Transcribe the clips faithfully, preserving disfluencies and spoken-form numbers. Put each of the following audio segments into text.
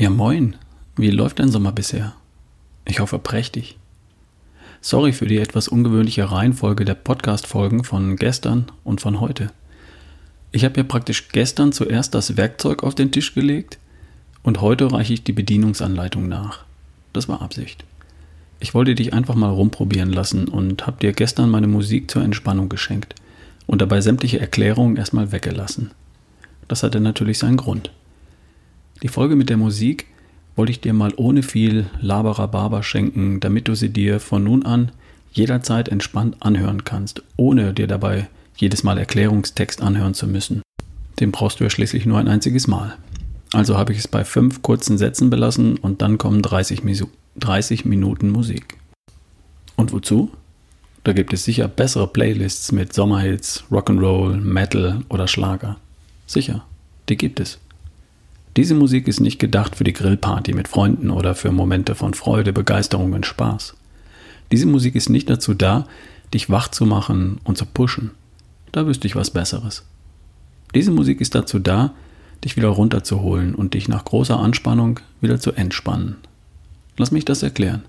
Ja moin, wie läuft dein Sommer bisher? Ich hoffe prächtig. Sorry für die etwas ungewöhnliche Reihenfolge der Podcast-Folgen von gestern und von heute. Ich habe ja praktisch gestern zuerst das Werkzeug auf den Tisch gelegt und heute reiche ich die Bedienungsanleitung nach. Das war Absicht. Ich wollte dich einfach mal rumprobieren lassen und habe dir gestern meine Musik zur Entspannung geschenkt und dabei sämtliche Erklärungen erstmal weggelassen. Das hatte natürlich seinen Grund. Die Folge mit der Musik wollte ich dir mal ohne viel Laberababer schenken, damit du sie dir von nun an jederzeit entspannt anhören kannst, ohne dir dabei jedes Mal Erklärungstext anhören zu müssen. Den brauchst du ja schließlich nur ein einziges Mal. Also habe ich es bei fünf kurzen Sätzen belassen und dann kommen dreißig Minuten Musik. Und wozu? Da gibt es sicher bessere Playlists mit Sommerhits, Rock'n'Roll, Metal oder Schlager. Sicher, die gibt es. Diese Musik ist nicht gedacht für die Grillparty mit Freunden oder für Momente von Freude, Begeisterung und Spaß. Diese Musik ist nicht dazu da, dich wach zu machen und zu pushen. Da wüsste ich was Besseres. Diese Musik ist dazu da, dich wieder runterzuholen und dich nach großer Anspannung wieder zu entspannen. Lass mich das erklären.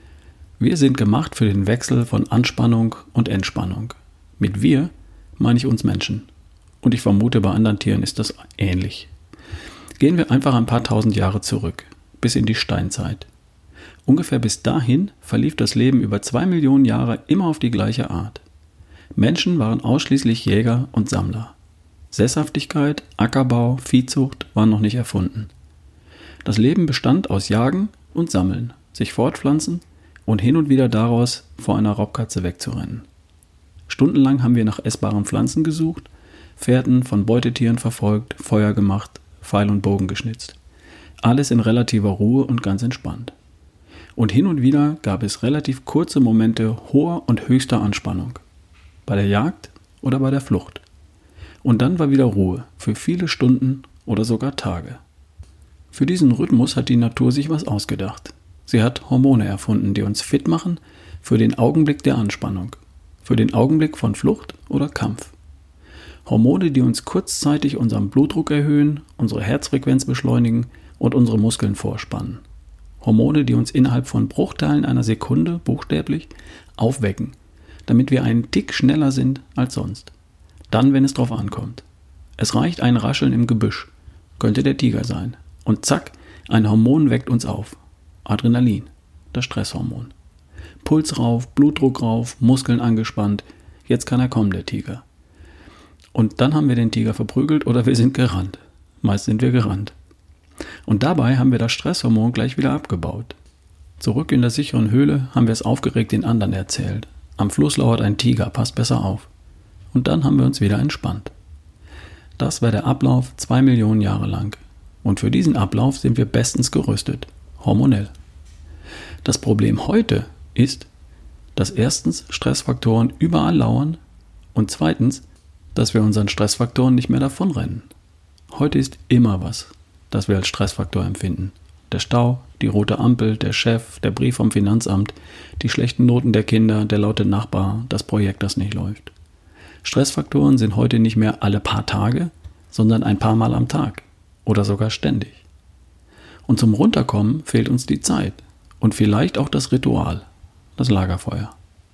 Wir sind gemacht für den Wechsel von Anspannung und Entspannung. Mit wir meine ich uns Menschen. Und ich vermute, bei anderen Tieren ist das ähnlich. Gehen wir einfach ein paar tausend Jahre zurück, bis in die Steinzeit. Ungefähr bis dahin verlief das Leben über zwei Millionen Jahre immer auf die gleiche Art. Menschen waren ausschließlich Jäger und Sammler. Sesshaftigkeit, Ackerbau, Viehzucht waren noch nicht erfunden. Das Leben bestand aus Jagen und Sammeln, sich fortpflanzen und hin und wieder daraus vor einer Raubkatze wegzurennen. Stundenlang haben wir nach essbaren Pflanzen gesucht, Fährten von Beutetieren verfolgt, Feuer gemacht, Pfeil und Bogen geschnitzt. Alles in relativer Ruhe und ganz entspannt. Und hin und wieder gab es relativ kurze Momente hoher und höchster Anspannung. Bei der Jagd oder bei der Flucht. Und dann war wieder Ruhe für viele Stunden oder sogar Tage. Für diesen Rhythmus hat die Natur sich was ausgedacht. Sie hat Hormone erfunden, die uns fit machen für den Augenblick der Anspannung, für den Augenblick von Flucht oder Kampf. Hormone, die uns kurzzeitig unseren Blutdruck erhöhen, unsere Herzfrequenz beschleunigen und unsere Muskeln vorspannen. Hormone, die uns innerhalb von Bruchteilen einer Sekunde, buchstäblich, aufwecken, damit wir einen Tick schneller sind als sonst. Dann, wenn es drauf ankommt. Es reicht ein Rascheln im Gebüsch, könnte der Tiger sein. Und zack, ein Hormon weckt uns auf. Adrenalin, das Stresshormon. Puls rauf, Blutdruck rauf, Muskeln angespannt. Jetzt kann er kommen, der Tiger. Und dann haben wir den Tiger verprügelt oder wir sind gerannt. Meist sind wir gerannt. Und dabei haben wir das Stresshormon gleich wieder abgebaut. Zurück in der sicheren Höhle haben wir es aufgeregt den anderen erzählt. Am Fluss lauert ein Tiger, passt besser auf. Und dann haben wir uns wieder entspannt. Das war der Ablauf zwei Millionen Jahre lang. Und für diesen Ablauf sind wir bestens gerüstet, hormonell. Das Problem heute ist, dass erstens Stressfaktoren überall lauern und zweitens, dass wir unseren Stressfaktoren nicht mehr davonrennen. Heute ist immer was, das wir als Stressfaktor empfinden. Der Stau, die rote Ampel, der Chef, der Brief vom Finanzamt, die schlechten Noten der Kinder, der laute Nachbar, das Projekt, das nicht läuft. Stressfaktoren sind heute nicht mehr alle paar Tage, sondern ein paar Mal am Tag oder sogar ständig. Und zum Runterkommen fehlt uns die Zeit und vielleicht auch das Ritual, das Lagerfeuer.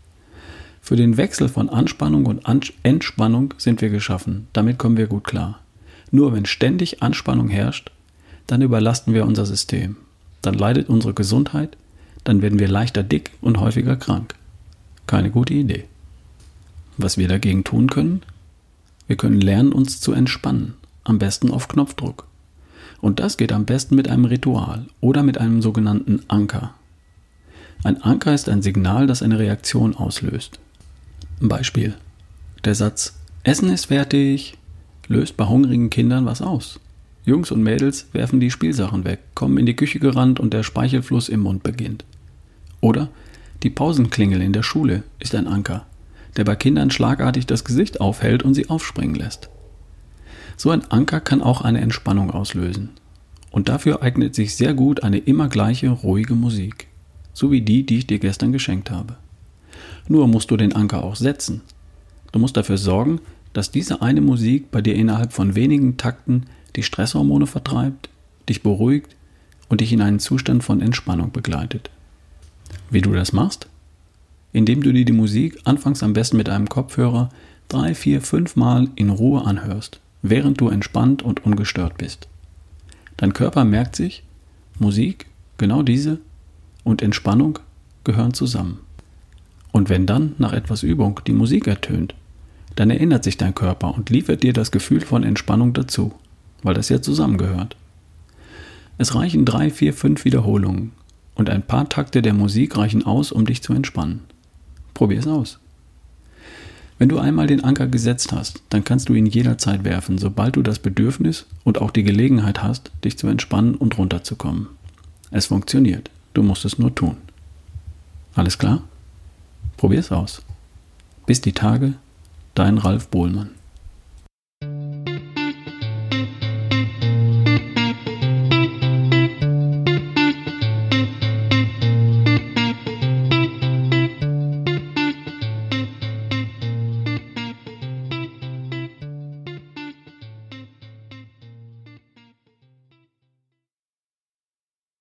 Für den Wechsel von Anspannung und Entspannung sind wir geschaffen, damit kommen wir gut klar. Nur wenn ständig Anspannung herrscht, dann überlasten wir unser System, dann leidet unsere Gesundheit, dann werden wir leichter dick und häufiger krank. Keine gute Idee. Was wir dagegen tun können? Wir können lernen, uns zu entspannen, am besten auf Knopfdruck. Und das geht am besten mit einem Ritual oder mit einem sogenannten Anker. Ein Anker ist ein Signal, das eine Reaktion auslöst. Beispiel. Der Satz „Essen ist fertig" löst bei hungrigen Kindern was aus. Jungs und Mädels werfen die Spielsachen weg, kommen in die Küche gerannt und der Speichelfluss im Mund beginnt. Oder die Pausenklingel in der Schule ist ein Anker, der bei Kindern schlagartig das Gesicht aufhält und sie aufspringen lässt. So ein Anker kann auch eine Entspannung auslösen. Und dafür eignet sich sehr gut eine immer gleiche, ruhige Musik. So wie die, die ich dir gestern geschenkt habe. Nur musst du den Anker auch setzen. Du musst dafür sorgen, dass diese eine Musik bei dir innerhalb von wenigen Takten die Stresshormone vertreibt, dich beruhigt und dich in einen Zustand von Entspannung begleitet. Wie du das machst? Indem du dir die Musik anfangs am besten mit einem Kopfhörer drei, vier, fünf Mal in Ruhe anhörst, während du entspannt und ungestört bist. Dein Körper merkt sich, Musik, genau diese, und Entspannung gehören zusammen. Und wenn dann nach etwas Übung die Musik ertönt, dann erinnert sich dein Körper und liefert dir das Gefühl von Entspannung dazu, weil das ja zusammengehört. Es reichen drei, vier, fünf Wiederholungen und ein paar Takte der Musik reichen aus, um dich zu entspannen. Probier es aus. Wenn du einmal den Anker gesetzt hast, dann kannst du ihn jederzeit werfen, sobald du das Bedürfnis und auch die Gelegenheit hast, dich zu entspannen und runterzukommen. Es funktioniert, du musst es nur tun. Alles klar? Probier es aus. Bis die Tage, dein Ralf Bohlmann.